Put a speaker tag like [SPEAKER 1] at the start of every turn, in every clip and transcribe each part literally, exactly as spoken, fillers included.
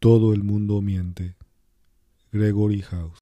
[SPEAKER 1] Todo el mundo miente. Gregory House.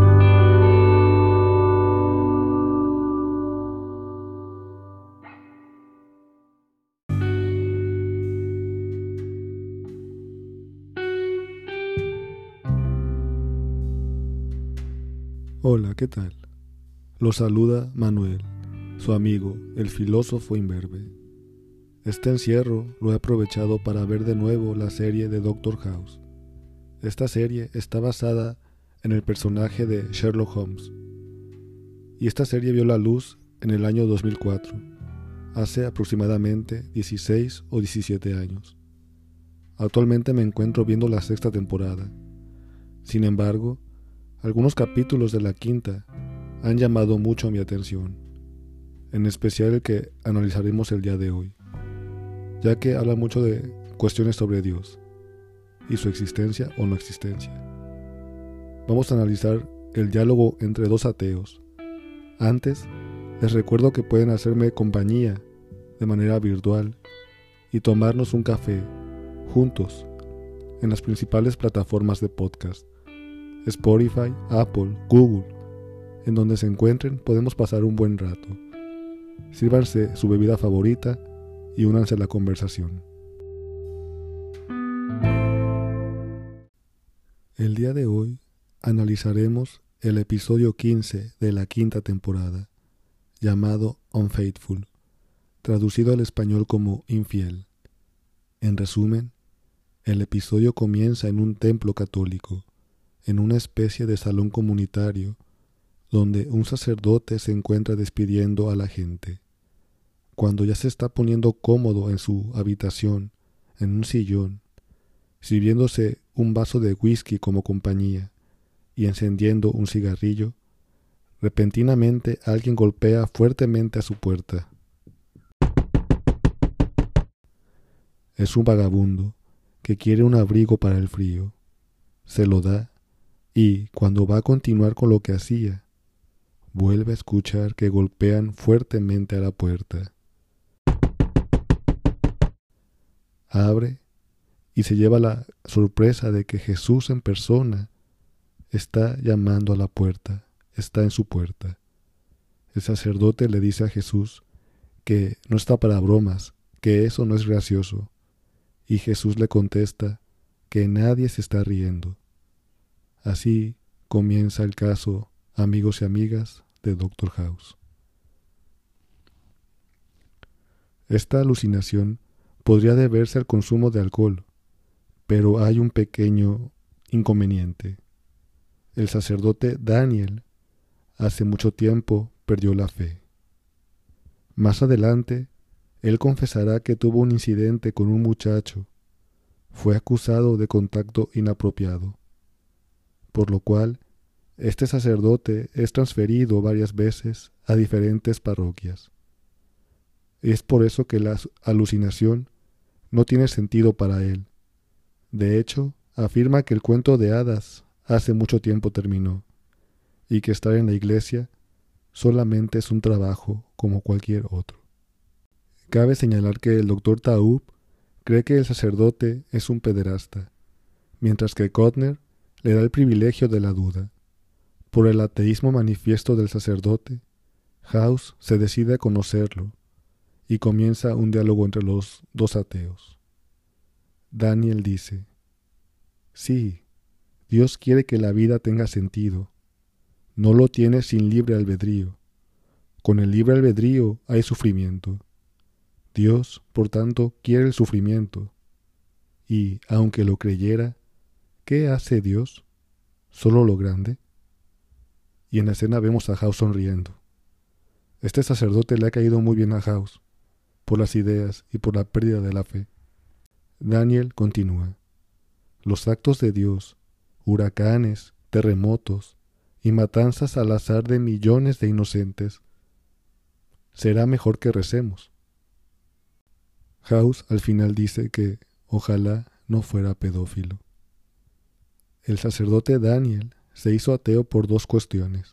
[SPEAKER 1] Hola, ¿qué tal? Lo saluda Manuel, su amigo, el filósofo imberbe. Este encierro lo he aprovechado para ver de nuevo la serie de Doctor House. Esta serie está basada en el personaje de Sherlock Holmes. Y esta serie vio la luz en el año dos mil cuatro, hace aproximadamente dieciséis o diecisiete años. Actualmente me encuentro viendo la sexta temporada. Sin embargo, algunos capítulos de la quinta han llamado mucho mi atención, en especial el que analizaremos el día de hoy, ya que habla mucho de cuestiones sobre Dios y su existencia o no existencia. Vamos a analizar el diálogo entre dos ateos. Antes, les recuerdo que pueden hacerme compañía de manera virtual y tomarnos un café juntos en las principales plataformas de podcast, Spotify, Apple, Google. En donde se encuentren podemos pasar un buen rato. Sírvanse su bebida favorita y únanse a la conversación. El día de hoy analizaremos el episodio quince de la quinta temporada, llamado Unfaithful, traducido al español como infiel. En resumen, el episodio comienza en un templo católico, en una especie de salón comunitario, donde un sacerdote se encuentra despidiendo a la gente. Cuando ya se está poniendo cómodo en su habitación, en un sillón, sirviéndose un vaso de whisky como compañía y encendiendo un cigarrillo, repentinamente alguien golpea fuertemente a su puerta. Es un vagabundo que quiere un abrigo para el frío. Se lo da y, cuando va a continuar con lo que hacía, vuelve a escuchar que golpean fuertemente a la puerta. Abre y se lleva la sorpresa de que Jesús en persona está llamando a la puerta, está en su puerta. El sacerdote le dice a Jesús que no está para bromas, que eso no es gracioso, y Jesús le contesta que nadie se está riendo. Así comienza el caso, amigos y amigas, de Doctor House. Esta alucinación podría deberse al consumo de alcohol, pero hay un pequeño inconveniente. El sacerdote Daniel hace mucho tiempo perdió la fe. Más adelante, él confesará que tuvo un incidente con un muchacho. Fue acusado de contacto inapropiado, por lo cual este sacerdote es transferido varias veces a diferentes parroquias. Es por eso que la alucinación no tiene sentido para él. De hecho, afirma que el cuento de hadas hace mucho tiempo terminó, y que estar en la iglesia solamente es un trabajo como cualquier otro. Cabe señalar que el doctor Taub cree que el sacerdote es un pederasta, mientras que Kotner le da el privilegio de la duda. Por el ateísmo manifiesto del sacerdote, House se decide a conocerlo y comienza un diálogo entre los dos ateos. Daniel dice: sí, Dios quiere que la vida tenga sentido. No lo tiene sin libre albedrío. Con el libre albedrío hay sufrimiento. Dios, por tanto, quiere el sufrimiento. Y, aunque lo creyera, ¿qué hace Dios? ¿Solo lo grande? Y en la escena vemos a House sonriendo. Este sacerdote le ha caído muy bien a House, por las ideas y por la pérdida de la fe. Daniel continúa: los actos de Dios, huracanes, terremotos y matanzas al azar de millones de inocentes, será mejor que recemos. House al final dice que ojalá no fuera pedófilo. El sacerdote Daniel se hizo ateo por dos cuestiones.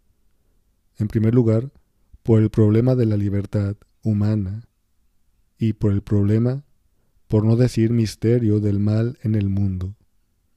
[SPEAKER 1] En primer lugar, por el problema de la libertad humana y por el problema, por no decir misterio, del mal en el mundo.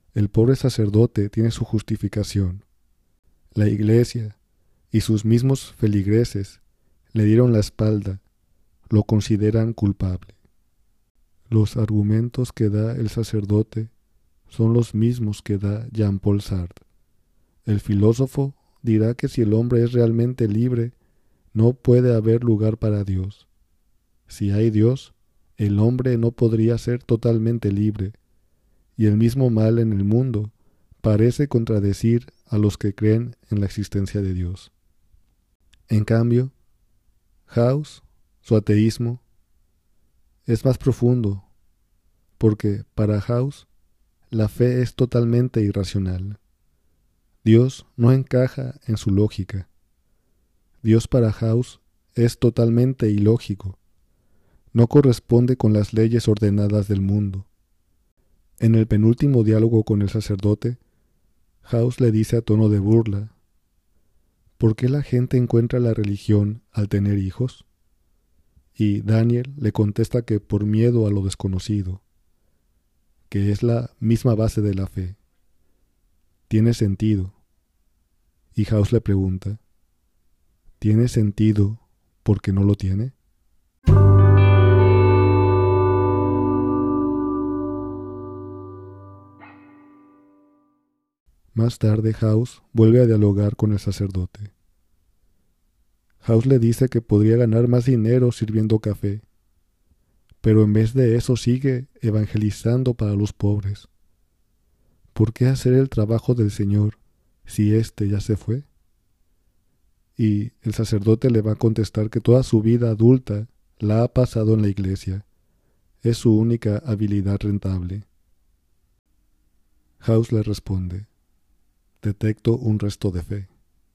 [SPEAKER 1] El pobre sacerdote tiene su justificación. La iglesia y sus mismos feligreses le dieron la espalda, lo consideran culpable. Los argumentos que da el sacerdote son los mismos que da Jean-Paul Sartre. El filósofo dirá que si el hombre es realmente libre, no puede haber lugar para Dios. Si hay Dios, el hombre no podría ser totalmente libre, y el mismo mal en el mundo parece contradecir a los que creen en la existencia de Dios. En cambio, House, su ateísmo, es más profundo, porque para House la fe es totalmente irracional. Dios no encaja en su lógica. Dios para House es totalmente ilógico. No corresponde con las leyes ordenadas del mundo. En el penúltimo diálogo con el sacerdote, House le dice a tono de burla: ¿por qué la gente encuentra la religión al tener hijos? Y Daniel le contesta que por miedo a lo desconocido, que es la misma base de la fe. Tiene sentido. Y House le pregunta: ¿tiene sentido porque no lo tiene? Más tarde House vuelve a dialogar con el sacerdote. House le dice que podría ganar más dinero sirviendo café, pero en vez de eso sigue evangelizando para los pobres. ¿Por qué hacer el trabajo del Señor si éste ya se fue? Y el sacerdote le va a contestar que toda su vida adulta la ha pasado en la iglesia. Es su única habilidad rentable. House le responde: detecto un resto de fe.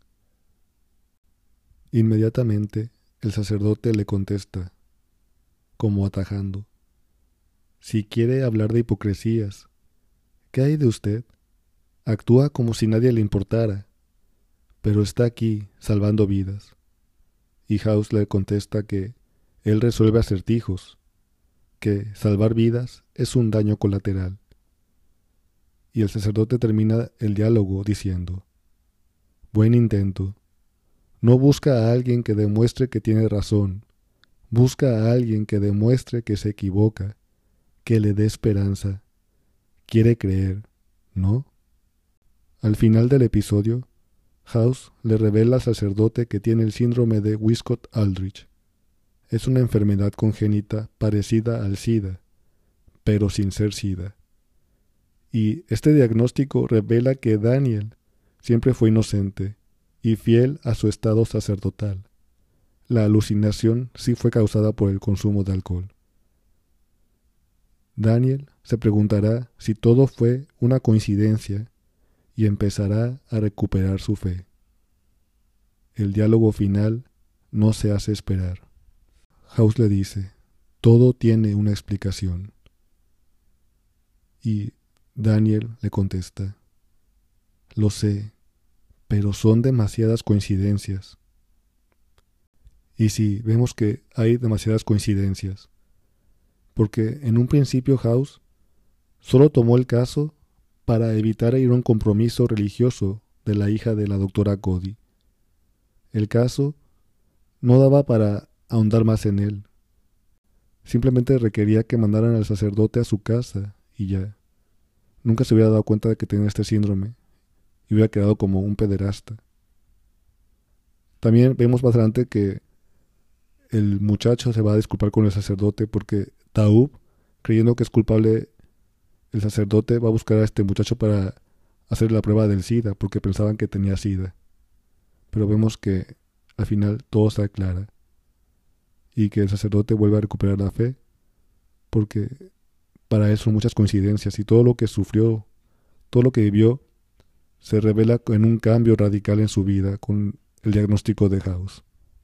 [SPEAKER 1] Inmediatamente el sacerdote le contesta, como atajando: si quiere hablar de hipocresías, ¿qué hay de usted? Actúa como si nadie le importara, pero está aquí salvando vidas. Y House le contesta que él resuelve acertijos, que salvar vidas es un daño colateral. Y el sacerdote termina el diálogo diciendo: buen intento. No busca a alguien que demuestre que tiene razón. Busca a alguien que demuestre que se equivoca, que le dé esperanza. Quiere creer, ¿no? Al final del episodio, House le revela al sacerdote que tiene el síndrome de Wiskott-Aldrich. Es una enfermedad congénita parecida al SIDA, pero sin ser SIDA. Y este diagnóstico revela que Daniel siempre fue inocente y fiel a su estado sacerdotal. La alucinación sí fue causada por el consumo de alcohol. Daniel se preguntará si todo fue una coincidencia y empezará a recuperar su fe. El diálogo final no se hace esperar. House le dice: todo tiene una explicación. Y Daniel le contesta: lo sé, pero son demasiadas coincidencias. Y sí, vemos que hay demasiadas coincidencias, porque en un principio House solo tomó el caso para evitar ir a un compromiso religioso de la hija de la doctora Cody. El caso no daba para ahondar más en él. Simplemente requería que mandaran al sacerdote a su casa y ya. Nunca se hubiera dado cuenta de que tenía este síndrome y hubiera quedado como un pederasta. También vemos más adelante que el muchacho se va a disculpar con el sacerdote porque Taub, creyendo que es culpable, el sacerdote va a buscar a este muchacho para hacer la prueba del SIDA porque pensaban que tenía SIDA. Pero vemos que al final todo se aclara y que el sacerdote vuelve a recuperar la fe porque para él son muchas coincidencias y todo lo que sufrió, todo lo que vivió, se revela en un cambio radical en su vida con el diagnóstico de House.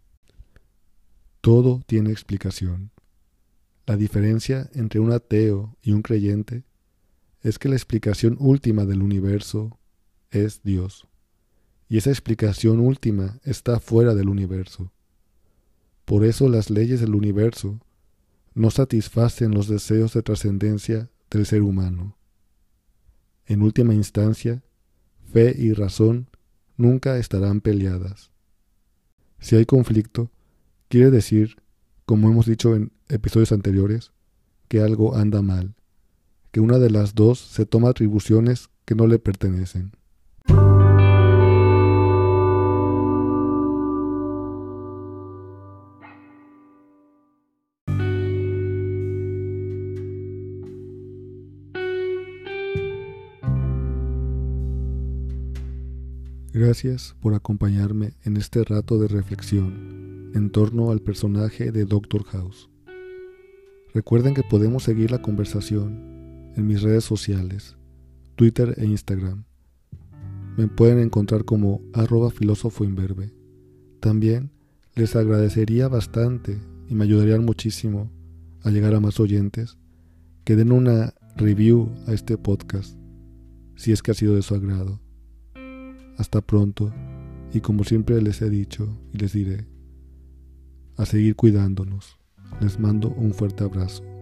[SPEAKER 1] Todo tiene explicación. La diferencia entre un ateo y un creyente es que la explicación última del universo es Dios. Y esa explicación última está fuera del universo. Por eso las leyes del universo no satisfacen los deseos de trascendencia del ser humano. En última instancia, fe y razón nunca estarán peleadas. Si hay conflicto, quiere decir, como hemos dicho en episodios anteriores, que algo anda mal, que una de las dos se toma atribuciones que no le pertenecen. Gracias por acompañarme en este rato de reflexión en torno al personaje de Doctor House. Recuerden que podemos seguir la conversación en mis redes sociales, Twitter e Instagram. Me pueden encontrar como arroba filósofo imberbe. También les agradecería bastante y me ayudarían muchísimo a llegar a más oyentes que den una review a este podcast, si es que ha sido de su agrado. Hasta pronto, y como siempre les he dicho y les diré, a seguir cuidándonos. Les mando un fuerte abrazo.